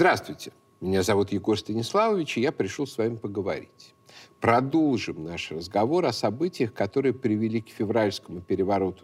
Здравствуйте, меня зовут Егор Станиславович, и я пришел с вами поговорить. Продолжим наш разговор о событиях, которые привели к февральскому перевороту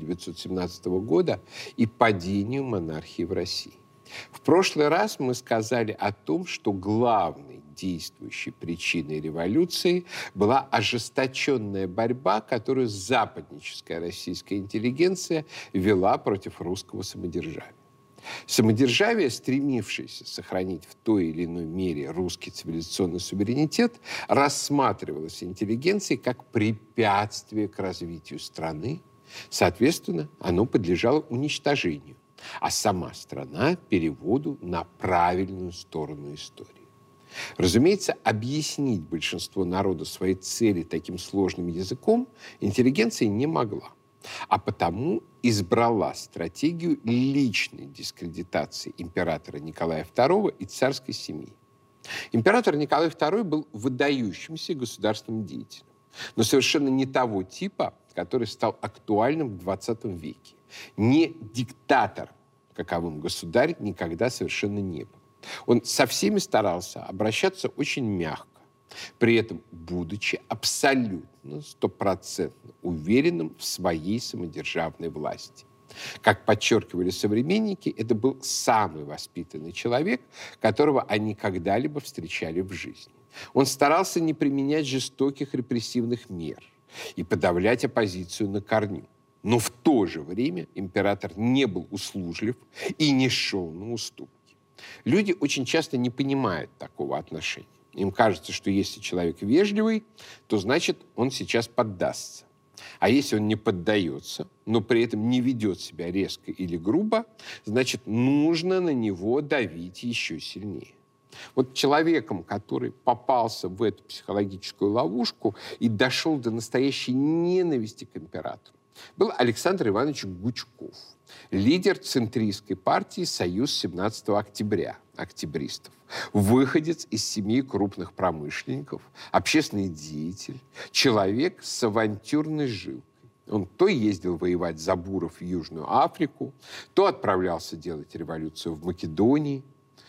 1917 года и падению монархии в России. В прошлый раз мы сказали о том, что главной действующей причиной революции была ожесточенная борьба, которую западническая российская интеллигенция вела против русского самодержавия. Самодержавие, стремившееся сохранить в той или иной мере русский цивилизационный суверенитет, рассматривалось интеллигенцией как препятствие к развитию страны. Соответственно, оно подлежало уничтожению, а сама страна – переводу на правильную сторону истории. Разумеется, объяснить большинство народа свои цели таким сложным языком интеллигенция не могла, а потому избрала стратегию личной дискредитации императора Николая II и царской семьи. Император Николай II был выдающимся государственным деятелем, но совершенно не того типа, который стал актуальным в XX веке. Не диктатор, каковым государь никогда совершенно не был. Он со всеми старался обращаться очень мягко, при этом будучи абсолютно, стопроцентно уверенным в своей самодержавной власти. Как подчеркивали современники, это был самый воспитанный человек, которого они когда-либо встречали в жизни. Он старался не применять жестоких репрессивных мер и подавлять оппозицию на корню. Но в то же время император не был услужлив и не шел на уступки. Люди очень часто не понимают такого отношения. Им кажется, что если человек вежливый, то значит, он сейчас поддастся. А если он не поддается, но при этом не ведет себя резко или грубо, значит, нужно на него давить еще сильнее. Вот человеком, который попался в эту психологическую ловушку и дошел до настоящей ненависти к императору, был Александр Иванович Гучков, лидер центристской партии «Союз 17 октября», октябристов, выходец из семьи крупных промышленников, общественный деятель, человек с авантюрной жилкой. Он то ездил воевать за буров в Южную Африку, то отправлялся делать революцию в Македонии.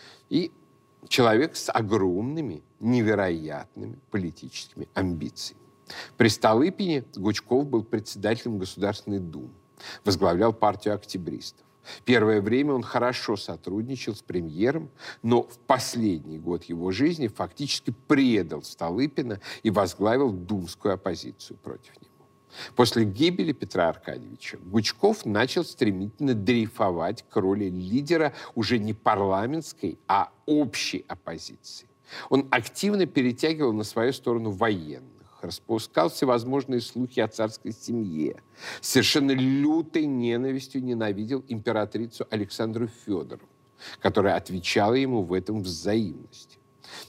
И человек с огромными, невероятными политическими амбициями. При Столыпине Гучков был председателем Государственной Думы, возглавлял партию октябристов. Первое время он хорошо сотрудничал с премьером, но в последний год его жизни фактически предал Столыпина и возглавил думскую оппозицию против него. После гибели Петра Аркадьевича Гучков начал стремительно дрейфовать к роли лидера уже не парламентской, а общей оппозиции. Он активно перетягивал на свою сторону военных, распускал всевозможные слухи о царской семье, с совершенно лютой ненавистью ненавидел императрицу Александру Федоровну, которая отвечала ему в этом взаимностью.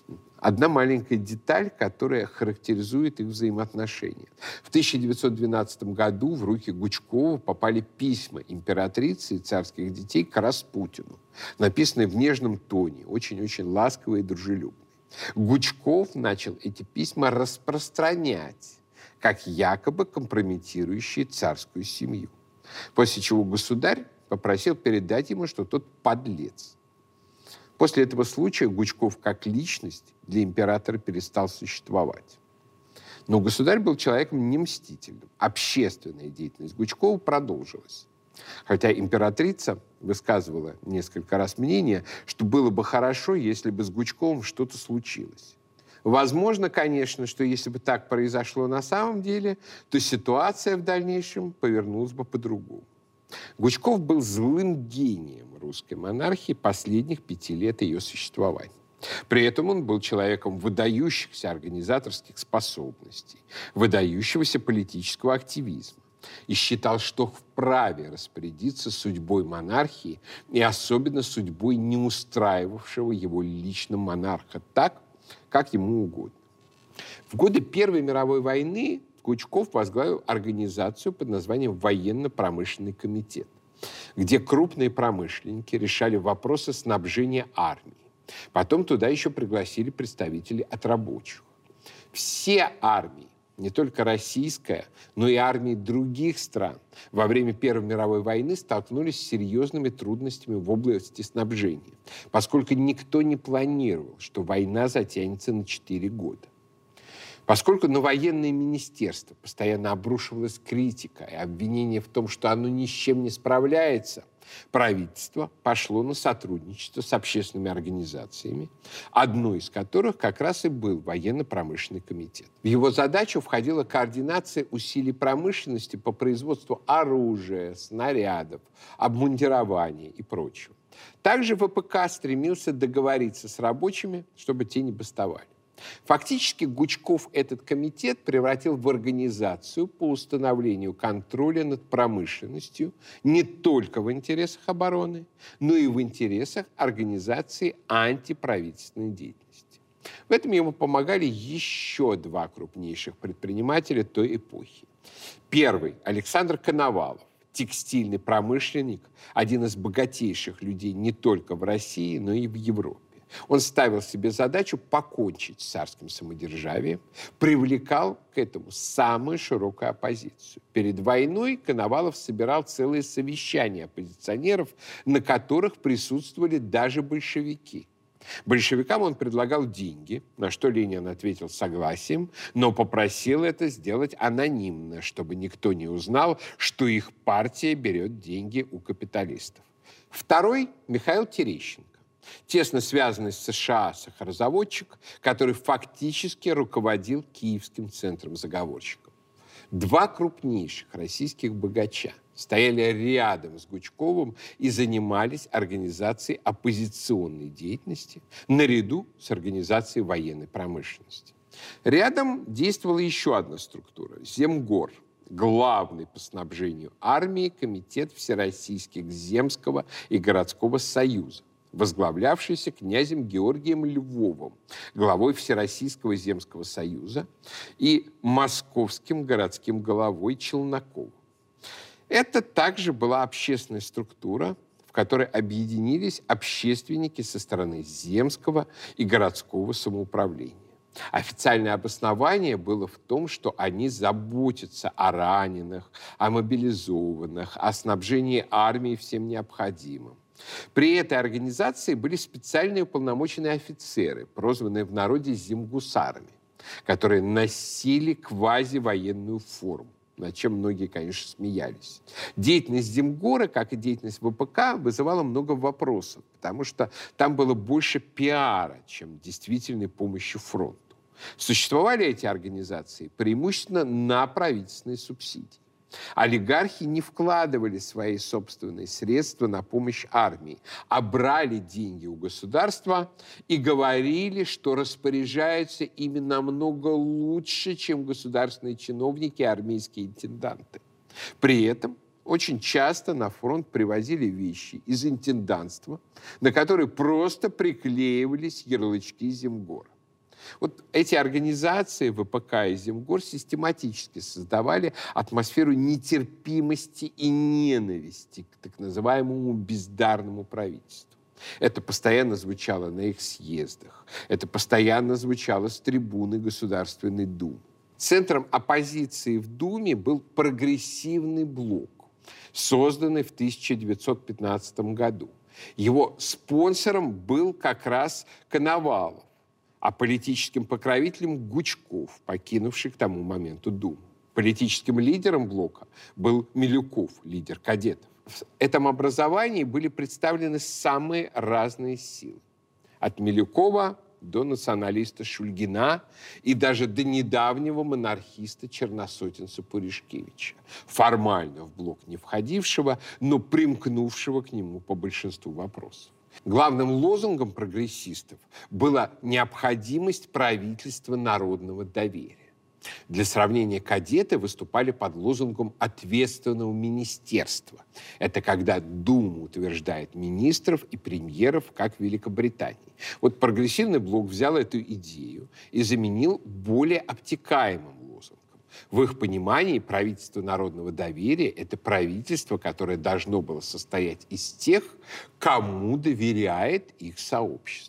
Одна маленькая деталь, которая характеризует их взаимоотношения. В 1912 году в руки Гучкова попали письма императрицы и царских детей к Распутину, написанные в нежном тоне, очень-очень ласковые и дружелюбные. Гучков начал эти письма распространять, как якобы компрометирующие царскую семью. После чего государь попросил передать ему, что тот подлец. После этого случая Гучков как личность для императора перестал существовать. Но государь был человеком не мстительным. Общественная деятельность Гучкова продолжилась. Хотя императрица высказывала несколько раз мнение, что было бы хорошо, если бы с Гучковым что-то случилось. Возможно, конечно, что если бы так произошло на самом деле, то ситуация в дальнейшем повернулась бы по-другому. Гучков был злым гением русской монархии последних 5 лет ее существования. При этом он был человеком выдающихся организаторских способностей, выдающегося политического активизма и считал, что вправе распорядиться судьбой монархии и особенно судьбой не устраивавшего его лично монарха так, как ему угодно. В годы Первой мировой войны Гучков возглавил организацию под названием «Военно-промышленный комитет», где крупные промышленники решали вопросы снабжения армии. Потом туда еще пригласили представителей от рабочих. Все армии не только российская, но и армии других стран во время Первой мировой войны столкнулись с серьезными трудностями в области снабжения, поскольку никто не планировал, что война затянется на 4 года. Поскольку на военное министерство постоянно обрушивалась критика и обвинение в том, что оно ни с чем не справляется, правительство пошло на сотрудничество с общественными организациями, одной из которых как раз и был военно-промышленный комитет. В его задачу входила координация усилий промышленности по производству оружия, снарядов, обмундирования и прочего. Также ВПК стремился договориться с рабочими, чтобы те не бастовали. Фактически Гучков этот комитет превратил в организацию по установлению контроля над промышленностью не только в интересах обороны, но и в интересах организации антиправительственной деятельности. В этом ему помогали еще 2 крупнейших предпринимателя той эпохи. Первый – Александр Коновалов, текстильный промышленник, один из богатейших людей не только в России, но и в Европе. Он ставил себе задачу покончить с царским самодержавием, привлекал к этому самую широкую оппозицию. Перед войной Коновалов собирал целые совещания оппозиционеров, на которых присутствовали даже большевики. Большевикам он предлагал деньги, на что Ленин ответил согласием, но попросил это сделать анонимно, чтобы никто не узнал, что их партия берет деньги у капиталистов. Второй – Михаил Терещенко, тесно связанный с США сахарозаводчик, который фактически руководил Киевским центром заговорщиков. 2 крупнейших российских богача стояли рядом с Гучковым и занимались организацией оппозиционной деятельности наряду с организацией военной промышленности. Рядом действовала еще одна структура – Земгор, главный по снабжению армии комитет Всероссийских земского и городского союза, возглавлявшийся князем Георгием Львовым, главой Всероссийского земского союза, и московским городским головой Челноковым. Это также была общественная структура, в которой объединились общественники со стороны земского и городского самоуправления. Официальное обоснование было в том, что они заботятся о раненых, о мобилизованных, о снабжении армии всем необходимым. При этой организации были специальные уполномоченные офицеры, прозванные в народе земгусарами, которые носили квазивоенную форму, над чем многие, конечно, смеялись. Деятельность Земгора, как и деятельность ВПК, вызывала много вопросов, потому что там было больше пиара, чем действительной помощи фронту. Существовали эти организации преимущественно на правительственные субсидии. Олигархи не вкладывали свои собственные средства на помощь армии, а брали деньги у государства и говорили, что распоряжаются ими намного лучше, чем государственные чиновники и армейские интенданты. При этом очень часто на фронт привозили вещи из интендантства, на которые просто приклеивались ярлычки Земгора. Вот эти организации, ВПК и Земгор, систематически создавали атмосферу нетерпимости и ненависти к так называемому бездарному правительству. Это постоянно звучало на их съездах, это постоянно звучало с трибуны Государственной Думы. Центром оппозиции в Думе был прогрессивный блок, созданный в 1915 году. Его спонсором был как раз Коновалов, а политическим покровителем Гучков, покинувший к тому моменту Думу. Политическим лидером блока был Милюков, лидер кадетов. В этом образовании были представлены самые разные силы. От Милюкова до националиста Шульгина и даже до недавнего монархиста черносотенца Пуришкевича, формально в блок не входившего, но примкнувшего к нему по большинству вопросов. Главным лозунгом прогрессистов была необходимость правительства народного доверия. Для сравнения, кадеты выступали под лозунгом ответственного министерства. Это когда Дума утверждает министров и премьеров, как в Великобритании. Вот прогрессивный блок взял эту идею и заменил более обтекаемым лозунгом. В их понимании правительство народного доверия – это правительство, которое должно было состоять из тех, кому доверяет их сообщество.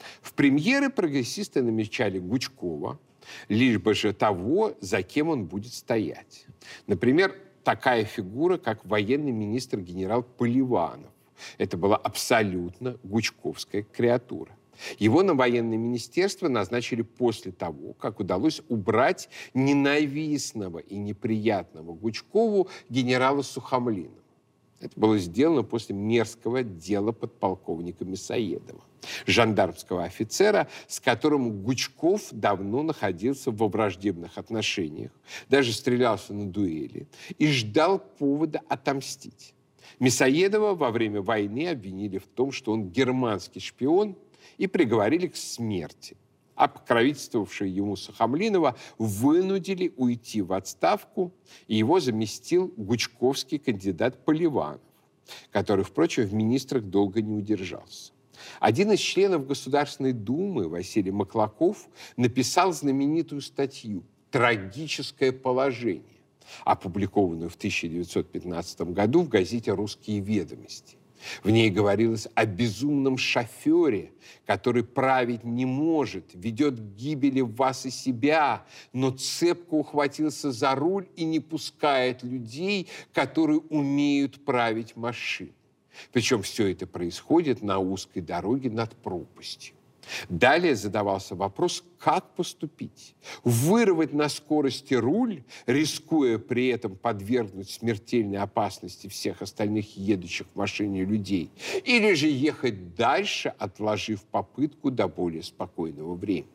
В премьеры прогрессисты намечали Гучкова, лишь же того, за кем он будет стоять. Например, такая фигура, как военный министр генерал Поливанов. Это была абсолютно гучковская креатура. Его на военное министерство назначили после того, как удалось убрать ненавистного и неприятного Гучкову генерала Сухомлинова. Это было сделано после мерзкого дела подполковника Мясоедова, жандармского офицера, с которым Гучков давно находился во враждебных отношениях, даже стрелялся на дуэли и ждал повода отомстить. Мясоедова во время войны обвинили в том, что он германский шпион, и приговорили к смерти. А покровительствовавшие ему Сухомлинова вынудили уйти в отставку, и его заместил гучковский кандидат Поливанов, который, впрочем, в министрах долго не удержался. Один из членов Государственной Думы, Василий Маклаков, написал знаменитую статью «Трагическое положение», опубликованную в 1915 году в газете «Русские ведомости». В ней говорилось о безумном шофере, который править не может, ведет к гибели вас и себя, но цепко ухватился за руль и не пускает людей, которые умеют править машиной. Причем все это происходит на узкой дороге над пропастью. Далее задавался вопрос, как поступить. Вырвать на скорости руль, рискуя при этом подвергнуть смертельной опасности всех остальных едущих в машине людей, или же ехать дальше, отложив попытку до более спокойного времени.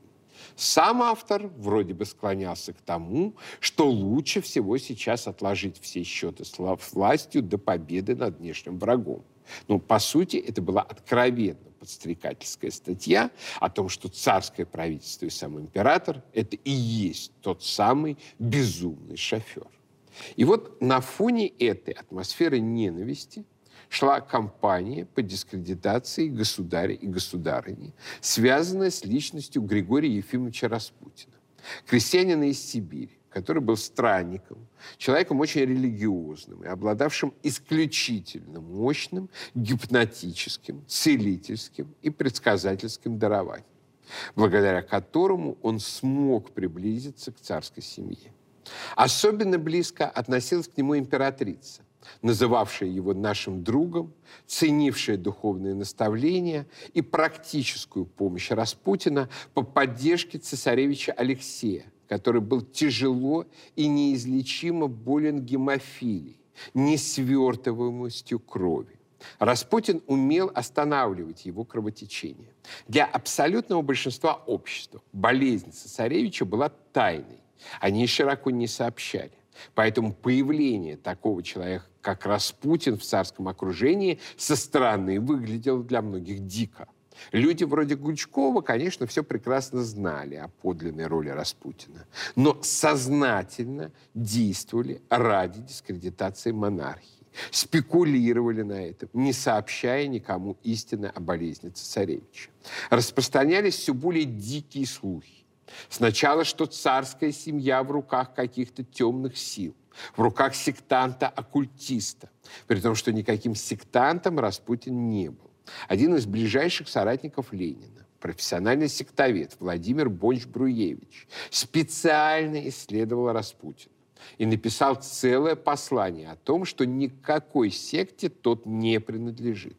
Сам автор вроде бы склонялся к тому, что лучше всего сейчас отложить все счеты с властью до победы над внешним врагом. Но, по сути, это была откровенно подстрекательская статья о том, что царское правительство и сам император – это и есть тот самый безумный шофер. И вот на фоне этой атмосферы ненависти шла кампания по дискредитации государя и государыни, связанная с личностью Григория Ефимовича Распутина, крестьянина из Сибири, который был странником, человеком очень религиозным и обладавшим исключительно мощным гипнотическим, целительским и предсказательским дарованием, благодаря которому он смог приблизиться к царской семье. Особенно близко относилась к нему императрица, называвшая его нашим другом, ценившая духовные наставления и практическую помощь Распутина по поддержке цесаревича Алексея, который был тяжело и неизлечимо болен гемофилией, несвертываемостью крови. Распутин умел останавливать его кровотечение. Для абсолютного большинства общества болезнь цесаревича была тайной. Они широко не сообщали. Поэтому появление такого человека, как Распутин в царском окружении, со стороны выглядело для многих дико. Люди вроде Гучкова, конечно, все прекрасно знали о подлинной роли Распутина, но сознательно действовали ради дискредитации монархии, спекулировали на этом, не сообщая никому истины о болезни цесаревича. Распространялись все более дикие слухи. Сначала, что царская семья в руках каких-то темных сил, в руках сектанта-оккультиста, при том, что никаким сектантом Распутин не был. Один из ближайших соратников Ленина, профессиональный сектовед Владимир Бонч-Бруевич, специально исследовал Распутина и написал целое послание о том, что никакой секте тот не принадлежит.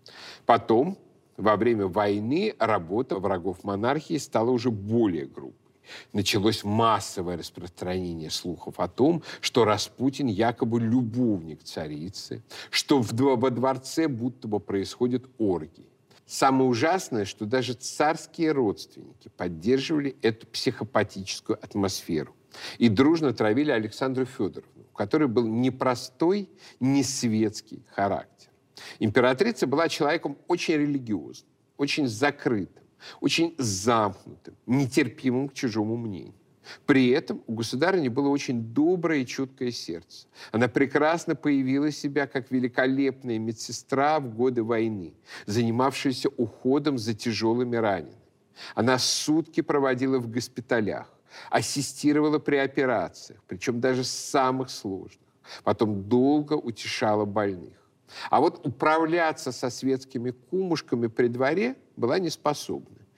Потом, во время войны, работа врагов монархии стала уже более грубой. Началось массовое распространение слухов о том, что Распутин якобы любовник царицы, что во дворце будто бы происходят оргии. Самое ужасное, что даже царские родственники поддерживали эту психопатическую атмосферу и дружно травили Александру Федоровну, у которой был непростой, не светский характер. Императрица была человеком очень религиозным, очень закрытым, очень замкнутым, нетерпимым к чужому мнению. При этом у государыни было очень доброе и чуткое сердце. Она прекрасно проявила себя как великолепная медсестра в годы войны, занимавшаяся уходом за тяжелыми ранеными. Она сутки проводила в госпиталях, ассистировала при операциях, причем даже самых сложных. Потом долго утешала больных. А вот управляться со светскими кумушками при дворе была не способна.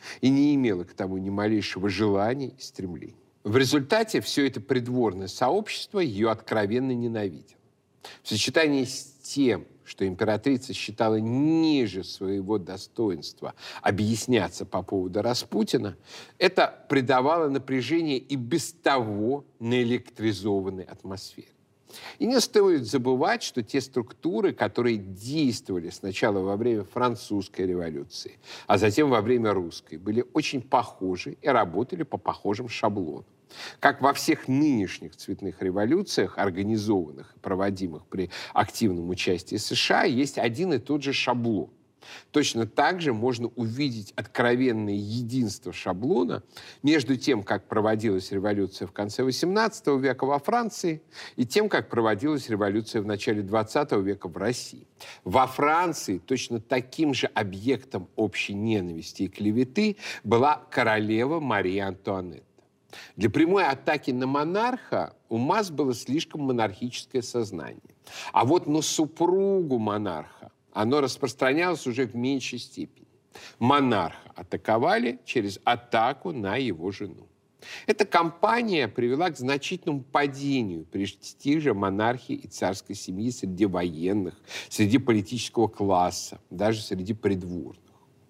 и не имела к тому ни малейшего желания и стремления. В результате все это придворное сообщество ее откровенно ненавидело. В сочетании с тем, что императрица считала ниже своего достоинства объясняться по поводу Распутина, это придавало напряжение и без того наэлектризованной атмосфере. И не стоит забывать, что те структуры, которые действовали сначала во время французской революции, а затем во время русской, были очень похожи и работали по похожим шаблонам. Как во всех нынешних цветных революциях, организованных и проводимых при активном участии США, есть один и тот же шаблон. Точно так же можно увидеть откровенное единство шаблона между тем, как проводилась революция в конце XVIII века во Франции, и тем, как проводилась революция в начале XX века в России. Во Франции точно таким же объектом общей ненависти и клеветы была королева Мария Антуанетта. Для прямой атаки на монарха у масс было слишком монархическое сознание. А вот на супругу монарха оно распространялось уже в меньшей степени. Монарха атаковали через атаку на его жену. Эта кампания привела к значительному падению престижа монархии и царской семьи среди военных, среди политического класса, даже среди придворных.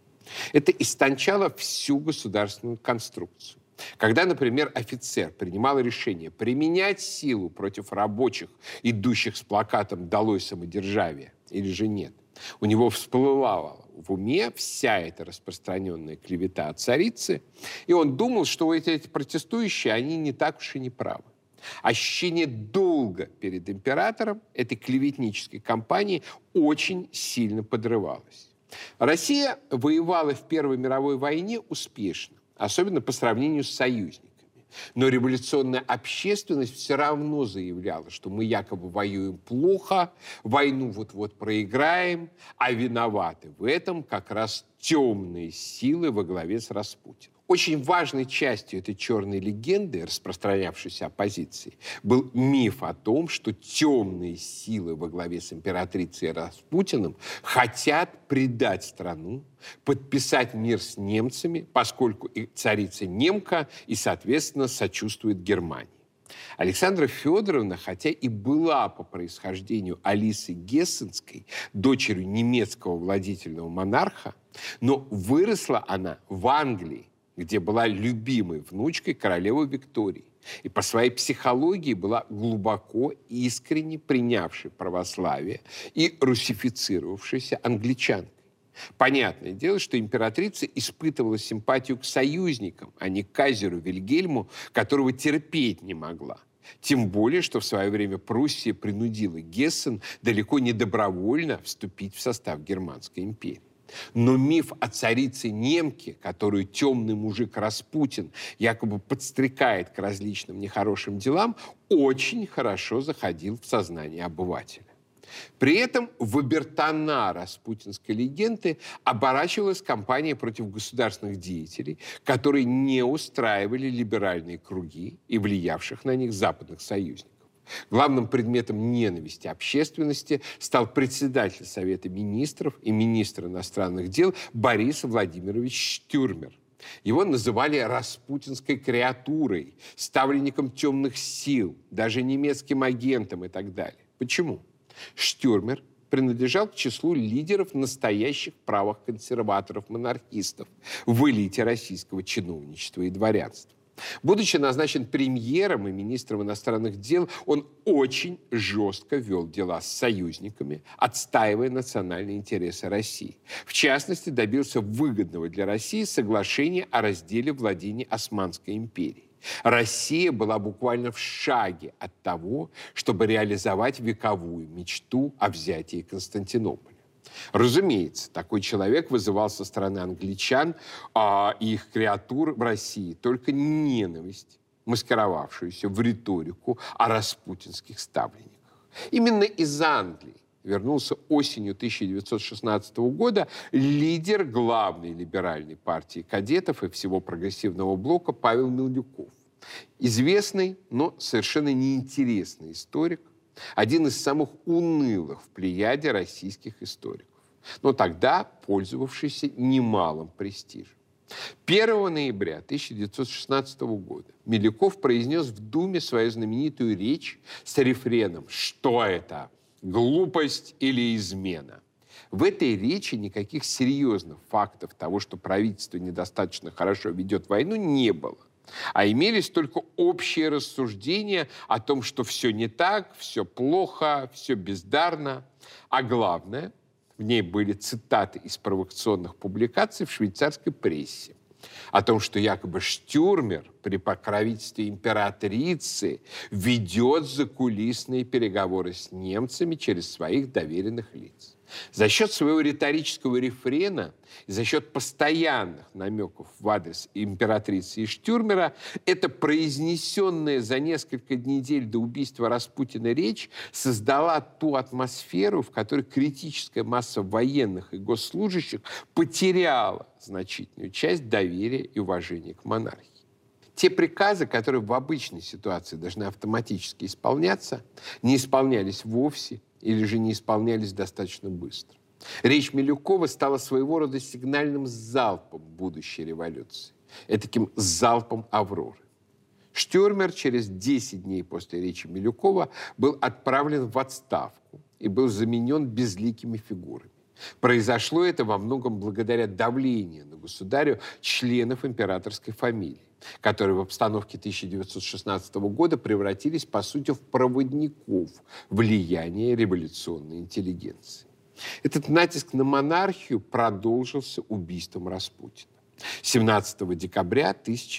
Это истончало всю государственную конструкцию. Когда, например, офицер принимал решение применять силу против рабочих, идущих с плакатом «Долой самодержавие» или же нет, у него всплывала в уме вся эта распространенная клевета о царице, и он думал, что эти протестующие, они не так уж и не правы. Ощущение долга перед императором этой клеветнической кампании очень сильно подрывалось. Россия воевала в Первой мировой войне успешно, особенно по сравнению с союзниками. Но революционная общественность все равно заявляла, что мы якобы воюем плохо, войну вот-вот проиграем, а виноваты в этом как раз темные силы во главе с Распутиным. Очень важной частью этой черной легенды, распространявшейся оппозицией, был миф о том, что темные силы во главе с императрицей Распутиным хотят предать страну, подписать мир с немцами, поскольку и царица немка и, соответственно, сочувствует Германии. Александра Федоровна, хотя и была по происхождению Алисы Гессенской, дочерью немецкого владетельного монарха, но выросла она в Англии, где была любимой внучкой королевы Виктории, и по своей психологии была глубоко искренне принявшей православие и русифицировавшейся англичанкой. Понятное дело, что императрица испытывала симпатию к союзникам, а не к кайзеру Вильгельму, которого терпеть не могла. Тем более, что в свое время Пруссия принудила Гессен далеко не добровольно вступить в состав Германской империи. Но миф о царице немке, которую темный мужик Распутин якобы подстрекает к различным нехорошим делам, очень хорошо заходил в сознание обывателя. При этом в обертона распутинской легенды оборачивалась кампания против государственных деятелей, которые не устраивали либеральные круги и влиявших на них западных союзников. Главным предметом ненависти общественности стал председатель Совета министров и министр иностранных дел Борис Владимирович Штюрмер. Его называли распутинской креатурой, ставленником темных сил, даже немецким агентом и так далее. Почему? Штюрмер принадлежал к числу лидеров настоящих правых консерваторов-монархистов в элите российского чиновничества и дворянства. Будучи назначен премьером и министром иностранных дел, он очень жестко вел дела с союзниками, отстаивая национальные интересы России. В частности, добился выгодного для России соглашения о разделе владений Османской империи. Россия была буквально в шаге от того, чтобы реализовать вековую мечту о взятии Константинополя. Разумеется, такой человек вызывал со стороны англичан и их креатур в России только ненависть, маскировавшуюся в риторику о распутинских ставленниках. Именно из Англии вернулся осенью 1916 года лидер главной либеральной партии кадетов и всего прогрессивного блока Павел Милюков. Известный, но совершенно неинтересный историк, один из самых унылых в плеяде российских историков, но тогда пользовавшийся немалым престижем. 1 ноября 1916 года Милюков произнес в Думе свою знаменитую речь с рефреном «Что это? Глупость или измена?». В этой речи никаких серьезных фактов того, что правительство недостаточно хорошо ведет войну, не было. А имелись только общие рассуждения о том, что все не так, все плохо, все бездарно. А главное, в ней были цитаты из провокационных публикаций в швейцарской прессе о том, что якобы Штюрмер при покровительстве императрицы ведет закулисные переговоры с немцами через своих доверенных лиц. За счет своего риторического рефрена и за счет постоянных намеков в адрес императрицы и Штюрмера эта произнесенная за несколько недель до убийства Распутина речь создала ту атмосферу, в которой критическая масса военных и госслужащих потеряла значительную часть доверия и уважения к монархии. Те приказы, которые в обычной ситуации должны автоматически исполняться, не исполнялись вовсе или же не исполнялись достаточно быстро. Речь Милюкова стала своего рода сигнальным залпом будущей революции, этаким залпом Авроры. Штюрмер через 10 дней после речи Милюкова был отправлен в отставку и был заменен безликими фигурами. Произошло это во многом благодаря давлению на государю членов императорской фамилии, которые в обстановке 1916 года превратились, по сути, в проводников влияния революционной интеллигенции. Этот натиск на монархию продолжился убийством Распутина 17 декабря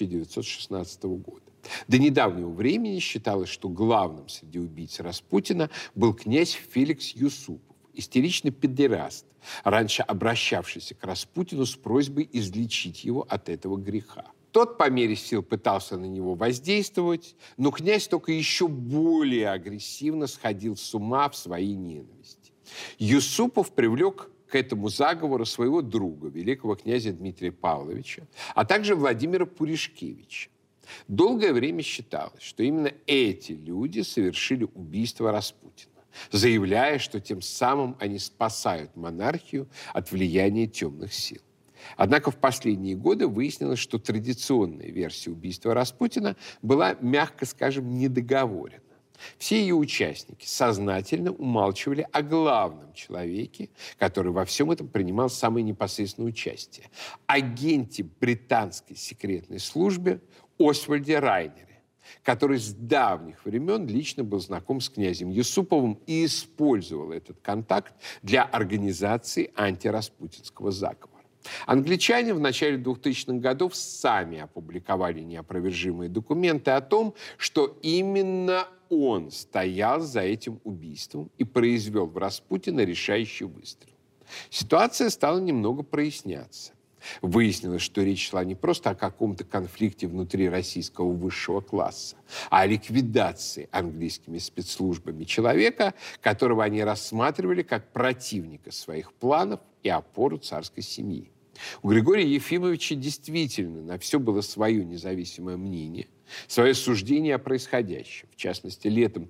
1916 года. До недавнего времени считалось, что главным среди убийц Распутина был князь Феликс Юсупов, истеричный педераст, раньше обращавшийся к Распутину с просьбой излечить его от этого греха. Тот по мере сил пытался на него воздействовать, но князь только еще более агрессивно сходил с ума в своей ненависти. Юсупов привлек к этому заговору своего друга, великого князя Дмитрия Павловича, а также Владимира Пуришкевича. Долгое время считалось, что именно эти люди совершили убийство Распутина, заявляя, что тем самым они спасают монархию от влияния темных сил. Однако в последние годы выяснилось, что традиционная версия убийства Распутина была, мягко скажем, недоговорена. Все ее участники сознательно умалчивали о главном человеке, который во всем этом принимал самое непосредственное участие – агенте британской секретной службы Освальде Райнере, который с давних времен лично был знаком с князем Юсуповым и использовал этот контакт для организации антираспутинского заговора. Англичане в начале 2000-х годов сами опубликовали неопровержимые документы о том, что именно он стоял за этим убийством и произвел в Распутина решающий выстрел. Ситуация стала немного проясняться. Выяснилось, что речь шла не просто о каком-то конфликте внутри российского высшего класса, а о ликвидации английскими спецслужбами человека, которого они рассматривали как противника своих планов и опору царской семьи. У Григория Ефимовича действительно на все было свое независимое мнение, свое суждение о происходящем. В частности, летом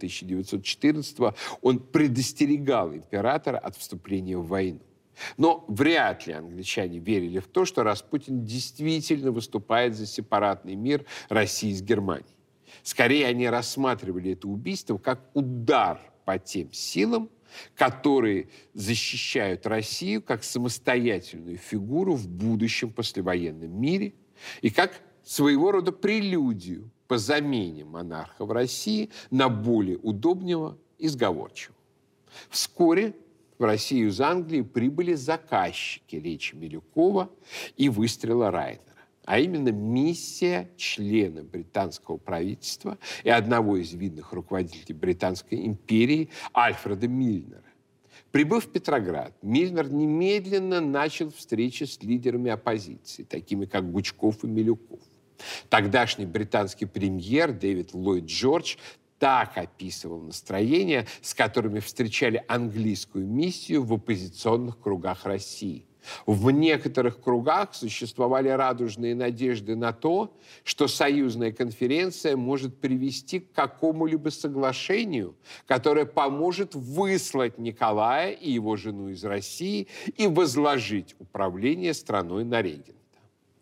1914-го он предостерегал императора от вступления в войну. Но вряд ли англичане верили в то, что Распутин действительно выступает за сепаратный мир России с Германией. Скорее, они рассматривали это убийство как удар по тем силам, которые защищают Россию как самостоятельную фигуру в будущем послевоенном мире и как своего рода прелюдию по замене монарха в России на более удобного и сговорчивого. Вскоре в Россию из Англии прибыли заказчики речи Милюкова и выстрела Райнера, а именно миссия члена британского правительства и одного из видных руководителей Британской империи Альфреда Мильнера. Прибыв в Петроград, Мильнер немедленно начал встречи с лидерами оппозиции, такими как Гучков и Милюков. Тогдашний британский премьер Дэвид Ллойд Джордж так описывал настроения, с которыми встречали английскую миссию в оппозиционных кругах России. В некоторых кругах существовали радужные надежды на то, что союзная конференция может привести к какому-либо соглашению, которое поможет выслать Николая и его жену из России и возложить управление страной на регента.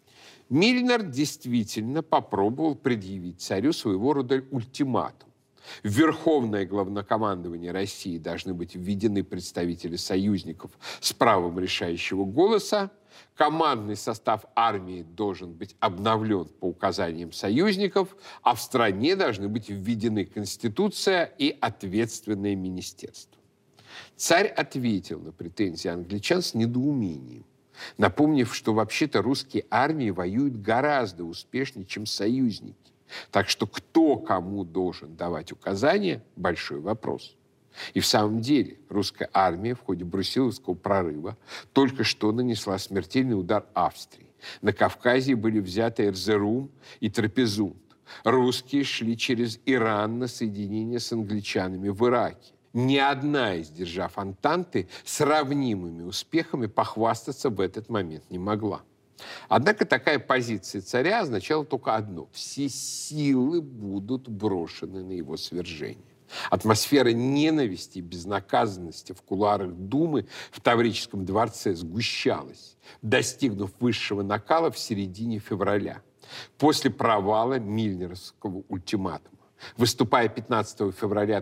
Мильнер действительно попробовал предъявить царю своего рода ультиматум. В Верховное главнокомандование России должны быть введены представители союзников с правом решающего голоса, командный состав армии должен быть обновлен по указаниям союзников, а в стране должны быть введены Конституция и ответственное министерство. Царь ответил на претензии англичан с недоумением, напомнив, что вообще-то русские армии воюют гораздо успешнее, чем союзники. Так что кто кому должен давать указания – большой вопрос. И в самом деле русская армия в ходе Брусиловского прорыва только что нанесла смертельный удар Австрии. На Кавказе были взяты Эрзерум и Трапезунд. Русские шли через Иран на соединение с англичанами в Ираке. Ни одна из держав Антанты сравнимыми успехами похвастаться в этот момент не могла. Однако такая позиция царя означала только одно – все силы будут брошены на его свержение. Атмосфера ненависти и безнаказанности в кулуарах Думы в Таврическом дворце сгущалась, достигнув высшего накала в середине февраля, после провала Мильнеровского ультиматума. Выступая 15 февраля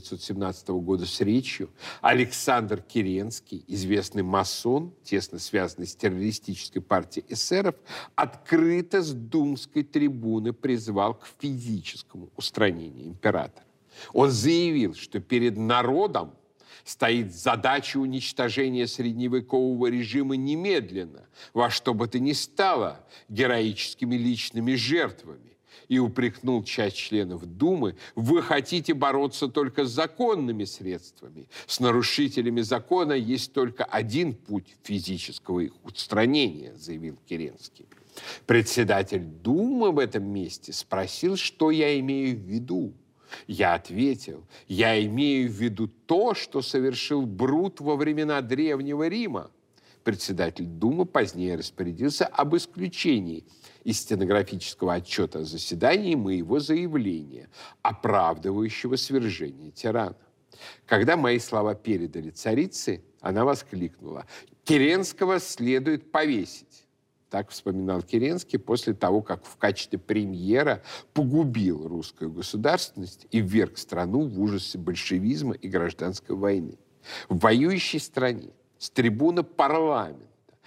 1917 года с речью, Александр Керенский, известный масон, тесно связанный с террористической партией эсеров, открыто с думской трибуны призвал к физическому устранению императора. Он заявил, что перед народом стоит задача уничтожения средневекового режима немедленно, во что бы то ни стало героическими личными жертвами, и упрекнул часть членов Думы: вы хотите бороться только с законными средствами. С нарушителями закона есть только один путь физического их устранения, заявил Керенский. Председатель Думы в этом месте спросил, что я имею в виду. Я ответил: я имею в виду то, что совершил Брут во времена Древнего Рима. Председатель Думы позднее распорядился об исключении из стенографического отчета о заседании моего заявления, оправдывающего свержение тирана. Когда мои слова передали царице, она воскликнула: «Керенского следует повесить». Так вспоминал Керенский после того, как в качестве премьера погубил русскую государственность и вверг страну в ужасы большевизма и гражданской войны. В воюющей стране с трибуны парламента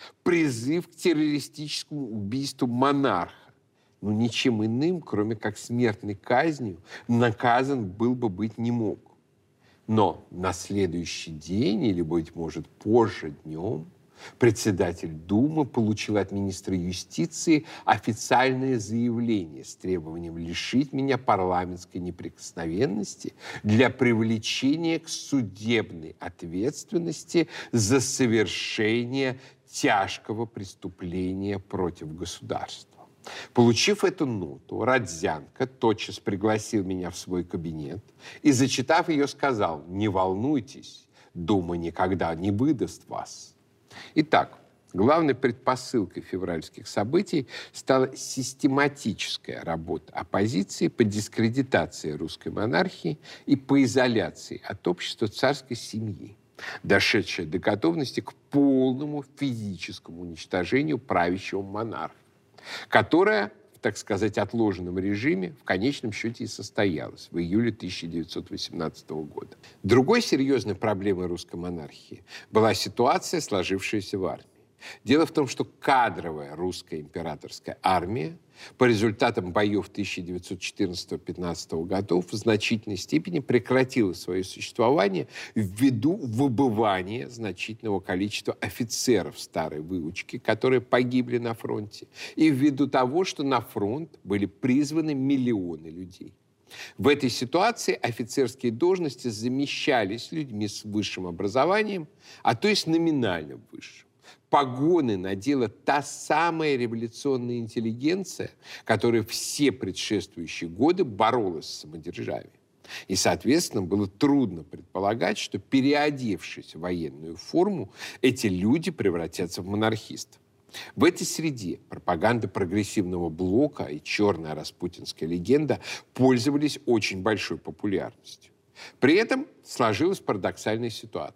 призыв к террористическому убийству монарха, ну, ничем иным, кроме как смертной казнью, наказан был бы быть не мог. Но на следующий день, или, быть может, позже днем, председатель Думы получил от министра юстиции официальное заявление с требованием лишить меня парламентской неприкосновенности для привлечения к судебной ответственности за совершение тяжкого преступления против государства. Получив эту ноту, Родзянко тотчас пригласил меня в свой кабинет и, зачитав ее, сказал: «Не волнуйтесь, Дума никогда не выдаст вас». Итак, главной предпосылкой февральских событий стала систематическая работа оппозиции по дискредитации русской монархии и по изоляции от общества царской семьи, дошедшая до готовности к полному физическому уничтожению правящего монарха, которая в, так сказать, отложенном режиме в конечном счете и состоялась в июле 1918 года. Другой серьезной проблемой русской монархии была ситуация, сложившаяся в армии. Дело в том, что кадровая русская императорская армия по результатам боев 1914-15 годов в значительной степени прекратила свое существование ввиду выбывания значительного количества офицеров старой выучки, которые погибли на фронте, и ввиду того, что на фронт были призваны миллионы людей. В этой ситуации офицерские должности замещались людьми с высшим образованием, а то и с номинальным высшим. Погоны надела та самая революционная интеллигенция, которая все предшествующие годы боролась с самодержавием. И, соответственно, было трудно предполагать, что, переодевшись в военную форму, эти люди превратятся в монархистов. В этой среде пропаганда прогрессивного блока и черная распутинская легенда пользовались очень большой популярностью. При этом сложилась парадоксальная ситуация.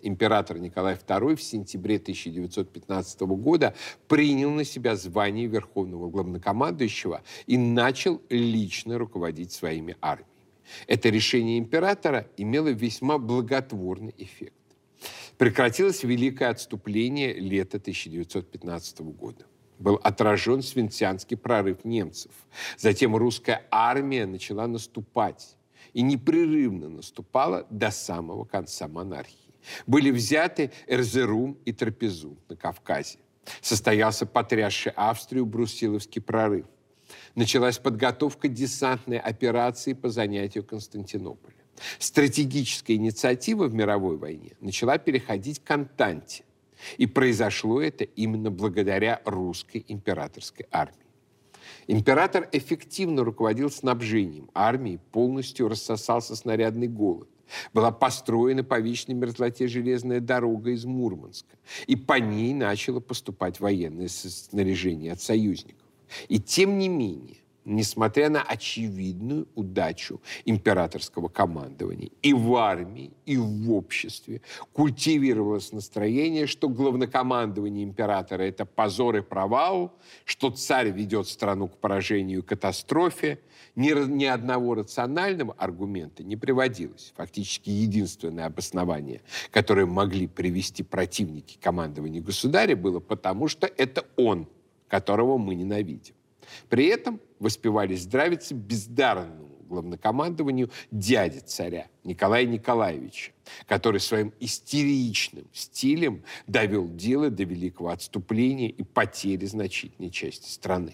император Николай II в сентябре 1915 года принял на себя звание верховного главнокомандующего и начал лично руководить своими армиями. Это решение императора имело весьма благотворный эффект. Прекратилось великое отступление лета 1915 года. Был отражен Свинцянский прорыв немцев. Затем русская армия начала наступать и непрерывно наступала до самого конца монархии. Были взяты Эрзерум и Трапезун на Кавказе. Состоялся потрясший Австрию Брусиловский прорыв. Началась подготовка десантной операции по занятию Константинополя. Стратегическая инициатива в мировой войне начала переходить к Антанте. И произошло это именно благодаря русской императорской армии. Император эффективно руководил снабжением армии, полностью рассосался снарядный голод. Была построена по вечной мерзлоте железная дорога из Мурманска, и по ней начало поступать военное снаряжение от союзников. И тем не менее, несмотря на очевидную удачу императорского командования, и в армии, и в обществе культивировалось настроение, что главнокомандование императора – это позор и провал, что царь ведет страну к поражению и катастрофе. Ни одного рационального аргумента не приводилось. Фактически единственное обоснование, которое могли привести противники командования государя, было потому, что это он, которого мы ненавидим. При этом воспевались здравицы бездарному главнокомандованию дяди царя Николая Николаевича, который своим истеричным стилем довел дело до великого отступления и потери значительной части страны.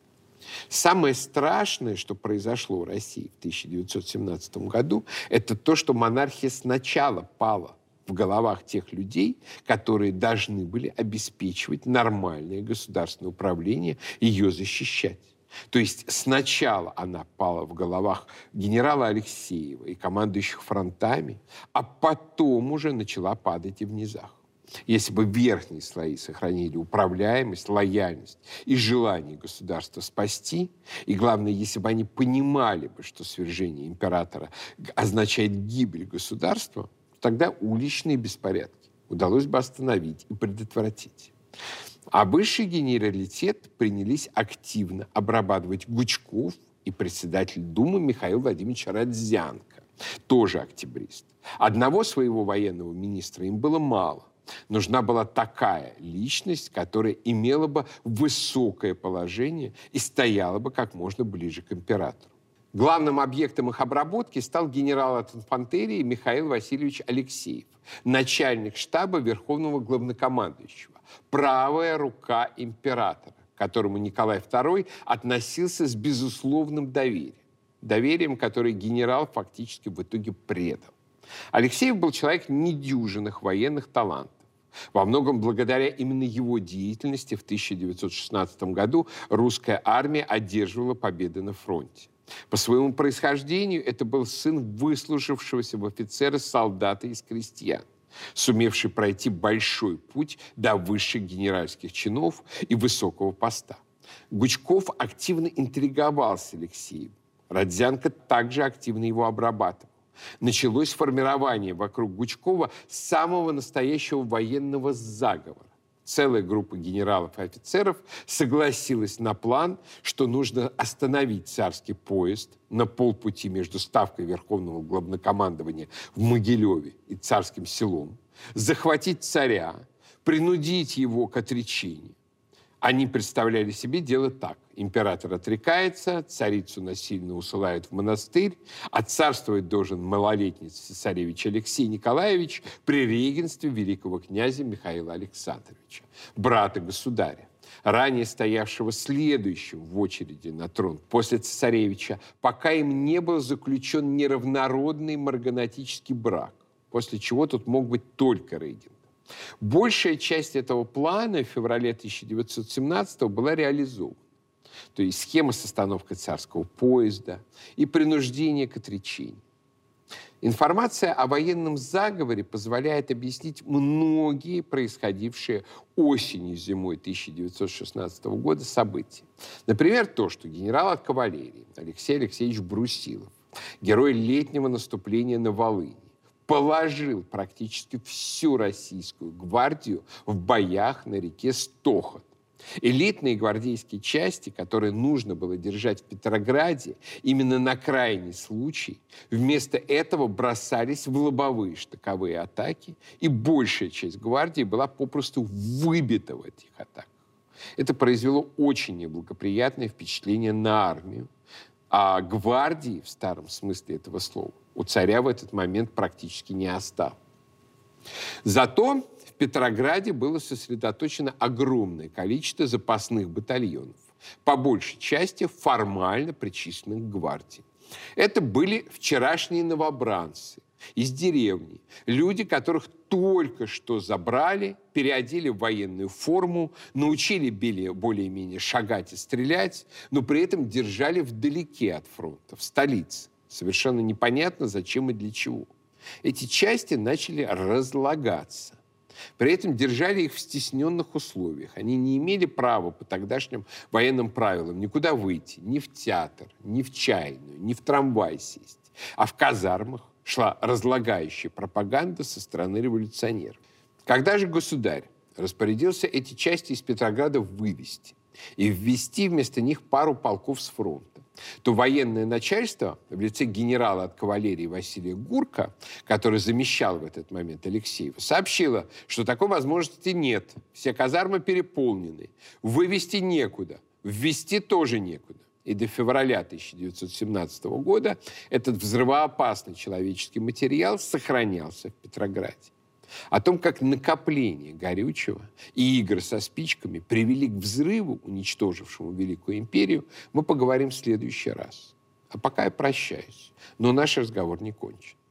Самое страшное, что произошло в России в 1917 году, это то, что монархия сначала пала в головах тех людей, которые должны были обеспечивать нормальное государственное управление, ее защищать. То есть сначала она пала в головах генерала Алексеева и командующих фронтами, а потом уже начала падать и в низах. Если бы верхние слои сохранили управляемость, лояльность и желание государства спасти, и главное, если бы они понимали бы, что свержение императора означает гибель государства, тогда уличные беспорядки удалось бы остановить и предотвратить. А высший генералитет принялись активно обрабатывать Гучков и председатель Думы Михаил Владимирович Родзянко, тоже октябрист. Одного своего военного министра им было мало. Нужна была такая личность, которая имела бы высокое положение и стояла бы как можно ближе к императору. Главным объектом их обработки стал генерал от инфантерии Михаил Васильевич Алексеев, начальник штаба Верховного главнокомандующего, правая рука императора, к которому Николай II относился с безусловным доверием. Доверием, которое генерал фактически в итоге предал. Алексеев был человек недюжинных военных талантов. Во многом благодаря именно его деятельности в 1916 году русская армия одерживала победы на фронте. По своему происхождению это был сын выслужившегося в офицеры солдата из крестьян, сумевший пройти большой путь до высших генеральских чинов и высокого поста. Гучков активно интриговал с Алексеевым. Родзянко также активно его обрабатывал. Началось формирование вокруг Гучкова самого настоящего военного заговора. Целая группа генералов и офицеров согласилась на план, что нужно остановить царский поезд на полпути между ставкой Верховного главнокомандования в Могилеве и Царским Селом, захватить царя, принудить его к отречению. Они представляли себе дело так. Император отрекается, царицу насильно усылают в монастырь, а царствовать должен малолетний цесаревич Алексей Николаевич при регенстве великого князя Михаила Александровича, брата государя, ранее стоявшего следующим в очереди на трон после цесаревича, пока им не был заключен неравнородный марганатический брак, после чего тут мог быть только регент. Большая часть этого плана в феврале 1917 была реализована. То есть схема с остановкой царского поезда и принуждение к отречению. Информация о военном заговоре позволяет объяснить многие происходившие осенью и зимой 1916 года события. Например, то, что генерал от кавалерии Алексей Алексеевич Брусилов, герой летнего наступления на Волыни, положил практически всю российскую гвардию в боях на реке Стоход. Элитные гвардейские части, которые нужно было держать в Петрограде, именно на крайний случай, вместо этого бросались в лобовые штыковые атаки, и большая часть гвардии была попросту выбита в этих атаках. Это произвело очень неблагоприятное впечатление на армию, а гвардии, в старом смысле этого слова, у царя в этот момент практически не осталось. Зато в Петрограде было сосредоточено огромное количество запасных батальонов, по большей части формально причисленных к гвардии. Это были вчерашние новобранцы из деревни, люди, которых только что забрали, переодели в военную форму, научили более-менее шагать и стрелять, но при этом держали вдалеке от фронта, в столице. Совершенно непонятно, зачем и для чего. Эти части начали разлагаться. При этом держали их в стесненных условиях. Они не имели права по тогдашним военным правилам никуда выйти, ни в театр, ни в чайную, ни в трамвай сесть. А в казармах шла разлагающая пропаганда со стороны революционеров. Когда же государь распорядился эти части из Петрограда вывести и ввести вместо них пару полков с фронта, то военное начальство в лице генерала от кавалерии Василия Гурка, который замещал в этот момент Алексеева, сообщило, что такой возможности нет. Все казармы переполнены, вывести некуда, ввести тоже некуда. И до февраля 1917 года этот взрывоопасный человеческий материал сохранялся в Петрограде. О том, как накопление горючего и игры со спичками привели к взрыву, уничтожившему Великую империю, мы поговорим в следующий раз. А пока я прощаюсь, но наш разговор не кончен.